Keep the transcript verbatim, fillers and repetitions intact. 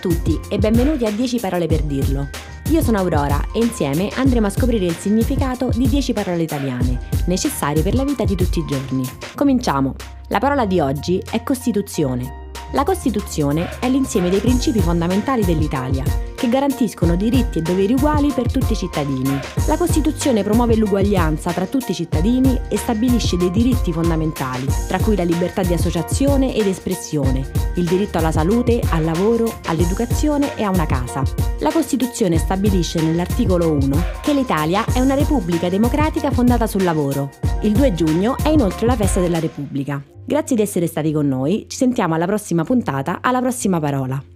tutti e benvenuti a dieci parole per dirlo. Io sono Aurora e insieme andremo a scoprire il significato di dieci parole italiane, necessarie per la vita di tutti i giorni. Cominciamo! La parola di oggi è Costituzione. La Costituzione è l'insieme dei principi fondamentali dell'Italia, che garantiscono diritti e doveri uguali per tutti i cittadini. La Costituzione promuove l'uguaglianza tra tutti i cittadini e stabilisce dei diritti fondamentali, tra cui la libertà di associazione ed espressione, il diritto alla salute, al lavoro, all'educazione e a una casa. La Costituzione stabilisce nell'articolo uno che l'Italia è una repubblica democratica fondata sul lavoro. Il due giugno è inoltre la festa della Repubblica. Grazie di essere stati con noi, ci sentiamo alla prossima puntata, alla prossima parola.